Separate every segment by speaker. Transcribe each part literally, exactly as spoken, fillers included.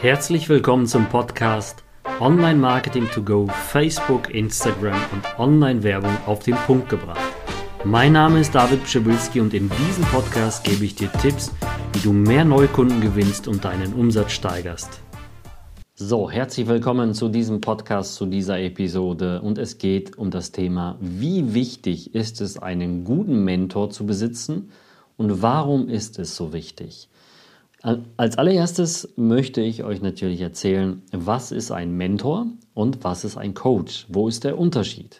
Speaker 1: Herzlich willkommen zum Podcast Online Marketing to Go, Facebook, Instagram und Online-Werbung auf den Punkt gebracht. Mein Name ist David Pschibilski und in diesem Podcast gebe ich dir Tipps, wie du mehr Neukunden gewinnst und deinen Umsatz steigerst. So, herzlich willkommen zu diesem Podcast, zu dieser Episode, und es geht um das Thema, wie wichtig ist es, einen guten Mentor zu besitzen und warum ist es so wichtig? Als allererstes möchte ich euch natürlich erzählen, was ist ein Mentor und was ist ein Coach? Wo ist der Unterschied?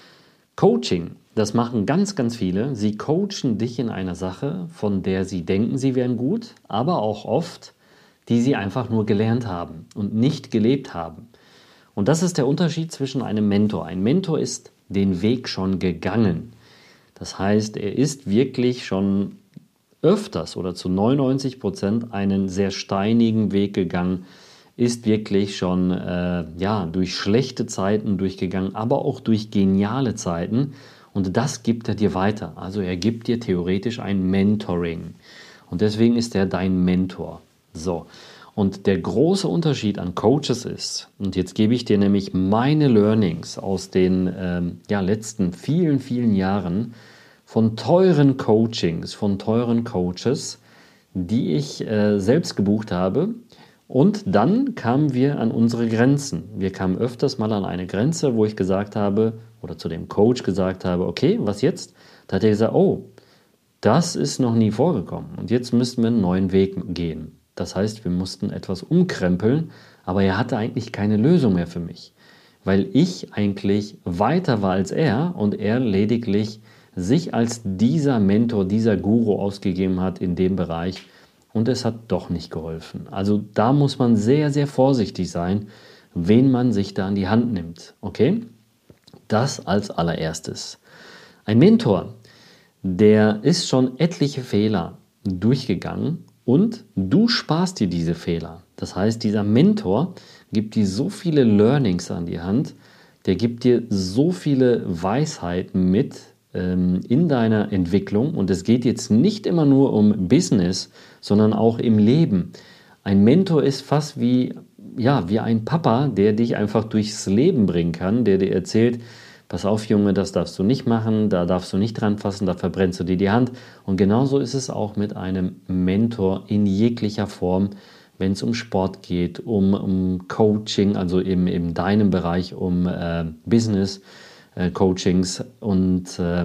Speaker 1: Coaching, das machen ganz, ganz viele. Sie coachen dich in einer Sache, von der sie denken, sie wären gut, aber auch oft, die sie einfach nur gelernt haben und nicht gelebt haben. Und das ist der Unterschied zwischen einem Mentor. Ein Mentor ist den Weg schon gegangen. Das heißt, er ist wirklich schon öfters oder zu neunundneunzig Prozent einen sehr steinigen Weg gegangen, ist wirklich schon äh, ja, durch schlechte Zeiten durchgegangen, aber auch durch geniale Zeiten, und das gibt er dir weiter. Also er gibt dir theoretisch ein Mentoring und deswegen ist er dein Mentor. So, und der große Unterschied an Coaches ist, und jetzt gebe ich dir nämlich meine Learnings aus den ähm, ja, letzten vielen, vielen Jahren, von teuren Coachings, von teuren Coaches, die ich äh, selbst gebucht habe. Und dann kamen wir an unsere Grenzen. Wir kamen öfters mal an eine Grenze, wo ich gesagt habe, oder zu dem Coach gesagt habe, okay, was jetzt? Da hat er gesagt, oh, das ist noch nie vorgekommen und jetzt müssten wir einen neuen Weg gehen. Das heißt, wir mussten etwas umkrempeln, aber er hatte eigentlich keine Lösung mehr für mich, weil ich eigentlich weiter war als er und er lediglich sich als dieser Mentor, dieser Guru ausgegeben hat in dem Bereich, und es hat doch nicht geholfen. Also da muss man sehr, sehr vorsichtig sein, wen man sich da an die Hand nimmt. Okay? Das als allererstes. Ein Mentor, der ist schon etliche Fehler durchgegangen und du sparst dir diese Fehler. Das heißt, dieser Mentor gibt dir so viele Learnings an die Hand, der gibt dir so viele Weisheiten mit in deiner Entwicklung, und es geht jetzt nicht immer nur um Business, sondern auch im Leben. Ein Mentor ist fast wie, ja, wie ein Papa, der dich einfach durchs Leben bringen kann, der dir erzählt, pass auf Junge, das darfst du nicht machen, da darfst du nicht dran fassen, da verbrennst du dir die Hand. Und genauso ist es auch mit einem Mentor in jeglicher Form, wenn es um Sport geht, um, um Coaching, also eben in deinem Bereich, um äh, Business, Coachings und äh,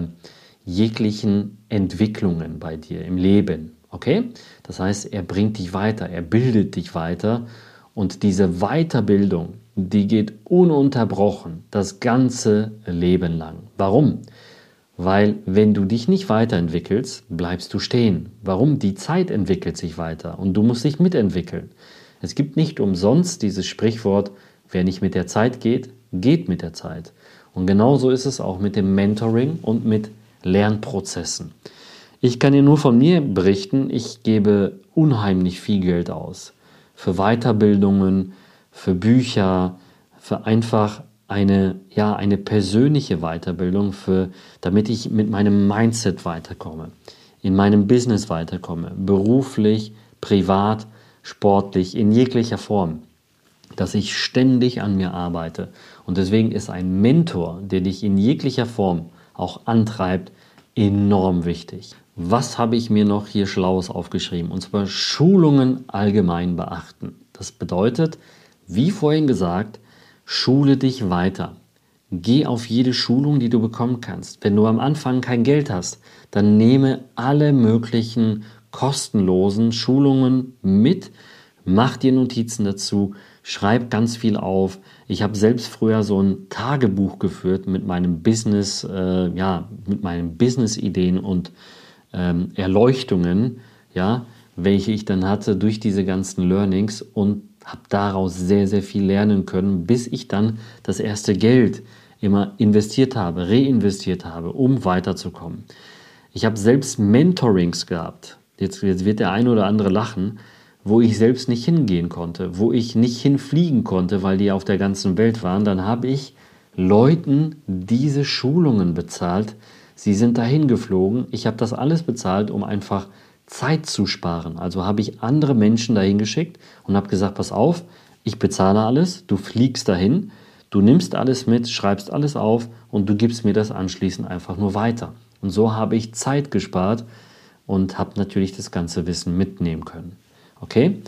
Speaker 1: jeglichen Entwicklungen bei dir im Leben. Okay? Das heißt, er bringt dich weiter, er bildet dich weiter, und diese Weiterbildung, die geht ununterbrochen das ganze Leben lang. Warum? Weil wenn du dich nicht weiterentwickelst, bleibst du stehen. Warum? Die Zeit entwickelt sich weiter und du musst dich mitentwickeln. Es gibt nicht umsonst dieses Sprichwort, wer nicht mit der Zeit geht, geht mit der Zeit. Und genauso ist es auch mit dem Mentoring und mit Lernprozessen. Ich kann dir nur von mir berichten, ich gebe unheimlich viel Geld aus. Für Weiterbildungen, für Bücher, für einfach eine, ja, eine persönliche Weiterbildung, für, damit ich mit meinem Mindset weiterkomme, in meinem Business weiterkomme, beruflich, privat, sportlich, in jeglicher Form, dass ich ständig an mir arbeite. Und deswegen ist ein Mentor, der dich in jeglicher Form auch antreibt, enorm wichtig. Was habe ich mir noch hier Schlaues aufgeschrieben? Und zwar Schulungen allgemein beachten. Das bedeutet, wie vorhin gesagt, schule dich weiter. Geh auf jede Schulung, die du bekommen kannst. Wenn du am Anfang kein Geld hast, dann nehme alle möglichen kostenlosen Schulungen mit. Mach dir Notizen dazu, schreib ganz viel auf. Ich habe selbst früher so ein Tagebuch geführt mit meinem Business, äh, ja, mit meinen Business-Ideen und ähm, Erleuchtungen, ja, welche ich dann hatte durch diese ganzen Learnings, und habe daraus sehr, sehr viel lernen können, bis ich dann das erste Geld immer investiert habe, reinvestiert habe, um weiterzukommen. Ich habe selbst Mentorings gehabt. Jetzt, jetzt wird der eine oder andere lachen, wo ich selbst nicht hingehen konnte, wo ich nicht hinfliegen konnte, weil die auf der ganzen Welt waren. Dann habe ich Leuten diese Schulungen bezahlt. Sie sind dahin geflogen. Ich habe das alles bezahlt, um einfach Zeit zu sparen. Also habe ich andere Menschen dahin geschickt und habe gesagt, pass auf, ich bezahle alles, du fliegst dahin, du nimmst alles mit, schreibst alles auf und du gibst mir das anschließend einfach nur weiter. Und so habe ich Zeit gespart und habe natürlich das ganze Wissen mitnehmen können. Okay?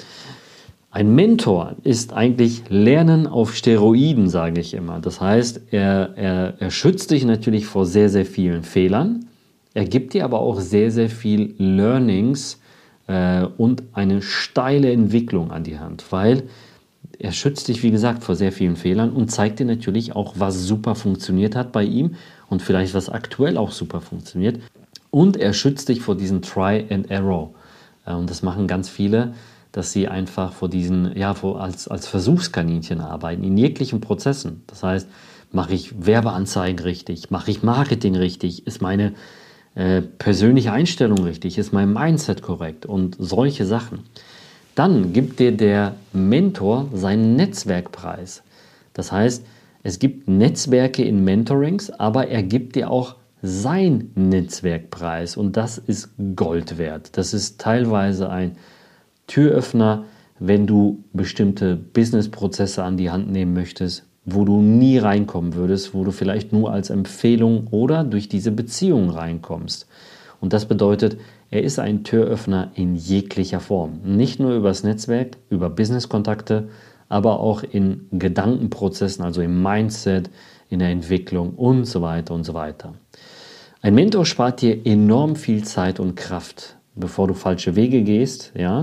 Speaker 1: Ein Mentor ist eigentlich Lernen auf Steroiden, sage ich immer. Das heißt, er, er, er schützt dich natürlich vor sehr, sehr vielen Fehlern. Er gibt dir aber auch sehr, sehr viel Learnings äh, und eine steile Entwicklung an die Hand, weil er schützt dich, wie gesagt, vor sehr vielen Fehlern und zeigt dir natürlich auch, was super funktioniert hat bei ihm und vielleicht was aktuell auch super funktioniert. Und er schützt dich vor diesem Try and Error. Äh, und das machen ganz viele, dass sie einfach vor diesen, ja, vor, als, als Versuchskaninchen arbeiten, in jeglichen Prozessen. Das heißt, mache ich Werbeanzeigen richtig, mache ich Marketing richtig, ist meine äh, persönliche Einstellung richtig, ist mein Mindset korrekt und solche Sachen. Dann gibt dir der Mentor seinen Netzwerkpreis. Das heißt, es gibt Netzwerke in Mentorings, aber er gibt dir auch sein Netzwerkpreis und das ist Gold wert. Das ist teilweise ein Türöffner, wenn du bestimmte Businessprozesse an die Hand nehmen möchtest, wo du nie reinkommen würdest, wo du vielleicht nur als Empfehlung oder durch diese Beziehung reinkommst. Und das bedeutet, er ist ein Türöffner in jeglicher Form. Nicht nur übers Netzwerk, über Businesskontakte, aber auch in Gedankenprozessen, also im Mindset, in der Entwicklung und so weiter und so weiter. Ein Mentor spart dir enorm viel Zeit und Kraft, bevor du falsche Wege gehst, ja.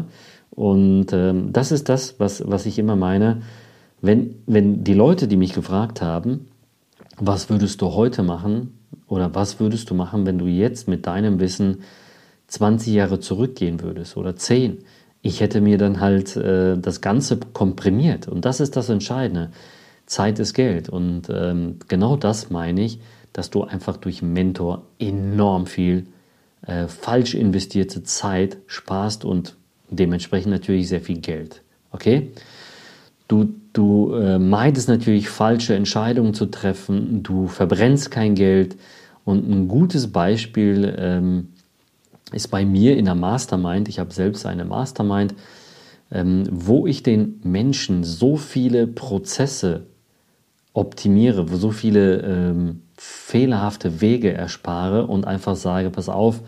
Speaker 1: Und ähm, das ist das, was, was ich immer meine, wenn, wenn die Leute, die mich gefragt haben, was würdest du heute machen oder was würdest du machen, wenn du jetzt mit deinem Wissen zwanzig Jahre zurückgehen würdest oder zehn. Ich hätte mir dann halt äh, das Ganze komprimiert und das ist das Entscheidende. Zeit ist Geld und ähm, genau das meine ich, dass du einfach durch Mentor enorm viel äh, falsch investierte Zeit sparst und dementsprechend natürlich sehr viel Geld. Okay? Du, du äh, meidest natürlich falsche Entscheidungen zu treffen, du verbrennst kein Geld und ein gutes Beispiel ähm, ist bei mir in der Mastermind. Ich habe selbst eine Mastermind, ähm, wo ich den Menschen so viele Prozesse optimiere, wo so viele ähm, fehlerhafte Wege erspare und einfach sage, pass auf,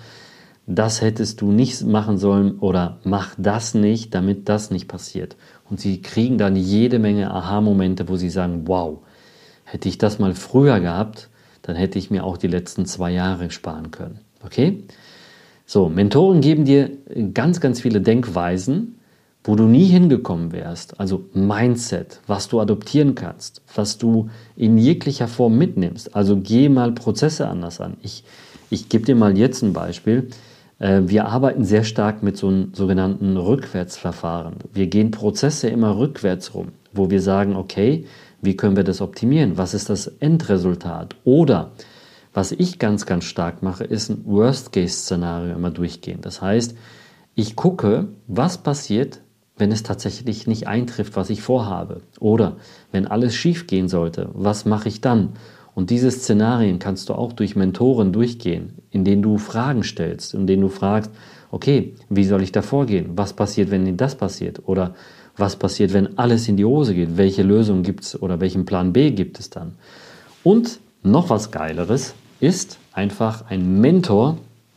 Speaker 1: das hättest du nicht machen sollen oder mach das nicht, damit das nicht passiert. Und sie kriegen dann jede Menge Aha-Momente, wo sie sagen, wow, hätte ich das mal früher gehabt, dann hätte ich mir auch die letzten zwei Jahre sparen können. Okay? So, Mentoren geben dir ganz, ganz viele Denkweisen, wo du nie hingekommen wärst. Also Mindset, was du adoptieren kannst, was du in jeglicher Form mitnimmst. Also geh mal Prozesse anders an. Ich, ich gebe dir mal jetzt ein Beispiel. Wir arbeiten sehr stark mit so einem sogenannten Rückwärtsverfahren. Wir gehen Prozesse immer rückwärts rum, wo wir sagen, okay, wie können wir das optimieren? Was ist das Endresultat? Oder was ich ganz, ganz stark mache, ist ein Worst-Case-Szenario immer durchgehen. Das heißt, ich gucke, was passiert, wenn es tatsächlich nicht eintrifft, was ich vorhabe. Oder wenn alles schief gehen sollte, was mache ich dann? Und diese Szenarien kannst du auch durch Mentoren durchgehen, in denen du Fragen stellst, in denen du fragst, okay, wie soll ich da vorgehen? Was passiert, wenn das passiert? Oder was passiert, wenn alles in die Hose geht? Welche Lösung gibt es oder welchen Plan B gibt es dann? Und noch was Geileres ist einfach, ein Mentor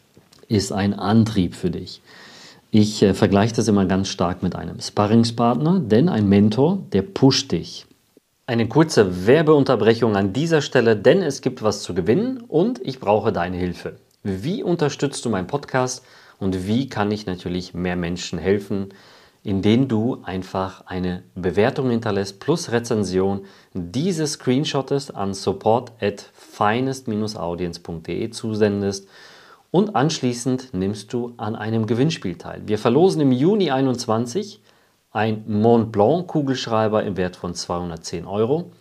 Speaker 1: ist ein Antrieb für dich. Ich äh, vergleiche das immer ganz stark mit einem Sparringspartner, denn ein Mentor, der pusht dich. Eine kurze Werbeunterbrechung an dieser Stelle, denn es gibt was zu gewinnen und ich brauche deine Hilfe. Wie unterstützt du meinen Podcast und wie kann ich natürlich mehr Menschen helfen, indem du einfach eine Bewertung hinterlässt plus Rezension, diese screenshottest an support at finest dash audience punkt de zusendest und anschließend nimmst du an einem Gewinnspiel teil. Wir verlosen im Juni einundzwanzig ein Mont Blanc Kugelschreiber im Wert von zweihundertzehn Euro.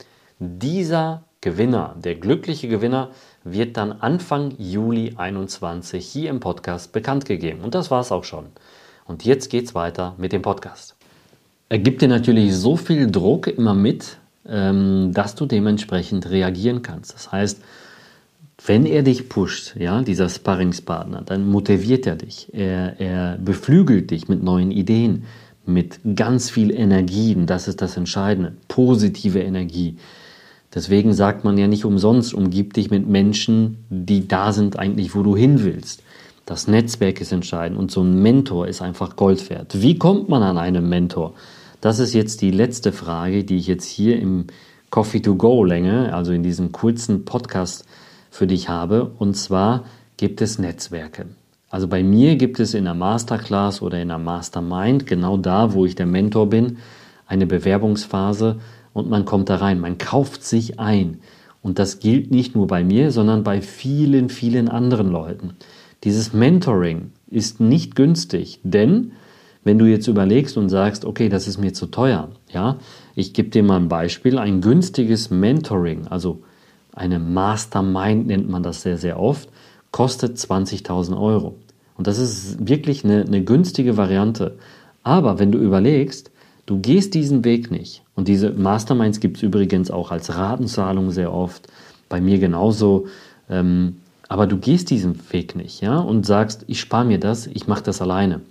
Speaker 1: Dieser Gewinner, der glückliche Gewinner, wird dann Anfang Juli einundzwanzig hier im Podcast bekannt gegeben. Und das war es auch schon. Und jetzt geht's weiter mit dem Podcast. Er gibt dir natürlich so viel Druck immer mit, dass du dementsprechend reagieren kannst. Das heißt, wenn er dich pusht, ja, dieser Sparringspartner, dann motiviert er dich. Er, er beflügelt dich mit neuen Ideen, mit ganz viel Energie. Und das ist das Entscheidende, positive Energie. Deswegen sagt man ja nicht umsonst, umgib dich mit Menschen, die da sind eigentlich, wo du hin willst. Das Netzwerk ist entscheidend und so ein Mentor ist einfach Gold wert. Wie kommt man an einen Mentor? Das ist jetzt die letzte Frage, die ich jetzt hier im Coffee to Go Länge, also in diesem kurzen Podcast für dich habe. Und zwar gibt es Netzwerke. Also bei mir gibt es in der Masterclass oder in der Mastermind, genau da, wo ich der Mentor bin, eine Bewerbungsphase und man kommt da rein, man kauft sich ein. Und das gilt nicht nur bei mir, sondern bei vielen, vielen anderen Leuten. Dieses Mentoring ist nicht günstig, denn wenn du jetzt überlegst und sagst, okay, das ist mir zu teuer, ja, ich gebe dir mal ein Beispiel, ein günstiges Mentoring, also eine Mastermind nennt man das sehr, sehr oft, kostet zwanzigtausend Euro. Und das ist wirklich eine, eine günstige Variante. Aber wenn du überlegst, du gehst diesen Weg nicht, und diese Masterminds gibt es übrigens auch als Ratenzahlung sehr oft, bei mir genauso, ähm, aber du gehst diesen Weg nicht, ja, und sagst, ich spare mir das, ich mache das alleine.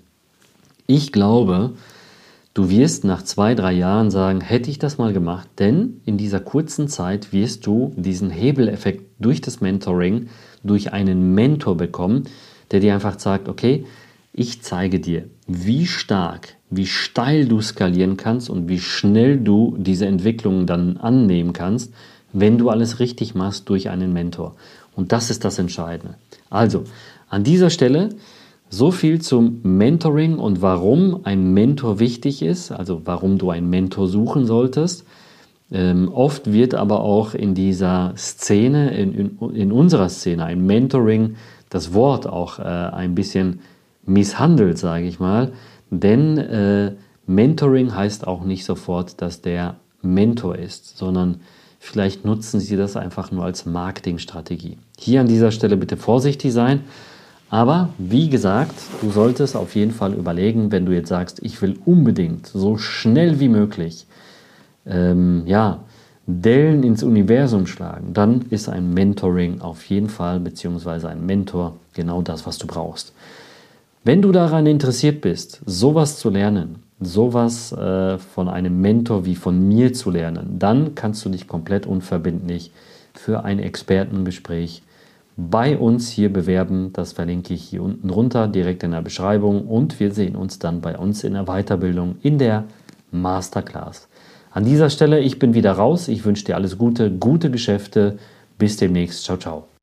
Speaker 1: Ich glaube, du wirst nach zwei, drei Jahren sagen, hätte ich das mal gemacht, denn in dieser kurzen Zeit wirst du diesen Hebeleffekt durch das Mentoring, durch einen Mentor bekommen, der dir einfach sagt, okay, ich zeige dir, wie stark, wie steil du skalieren kannst und wie schnell du diese Entwicklungen dann annehmen kannst, wenn du alles richtig machst durch einen Mentor. Und das ist das Entscheidende. Also, an dieser Stelle so viel zum Mentoring und warum ein Mentor wichtig ist, also warum du einen Mentor suchen solltest. Ähm, oft wird aber auch in dieser Szene, in, in, in unserer Szene, ein Mentoring, das Wort auch äh, ein bisschen misshandelt, sage ich mal. Denn äh, Mentoring heißt auch nicht sofort, dass der Mentor ist, sondern vielleicht nutzen Sie das einfach nur als Marketingstrategie. Hier an dieser Stelle bitte vorsichtig sein. Aber wie gesagt, du solltest auf jeden Fall überlegen, wenn du jetzt sagst, ich will unbedingt so schnell wie möglich ähm, ja, Dellen ins Universum schlagen, dann ist ein Mentoring auf jeden Fall, beziehungsweise ein Mentor, genau das, was du brauchst. Wenn du daran interessiert bist, sowas zu lernen, sowas äh, von einem Mentor wie von mir zu lernen, dann kannst du dich komplett unverbindlich für ein Expertengespräch bei uns hier bewerben. Das verlinke ich hier unten runter, direkt in der Beschreibung, und wir sehen uns dann bei uns in der Weiterbildung in der Masterclass. An dieser Stelle, ich bin wieder raus. Ich wünsche dir alles Gute, gute Geschäfte. Bis demnächst. Ciao, ciao.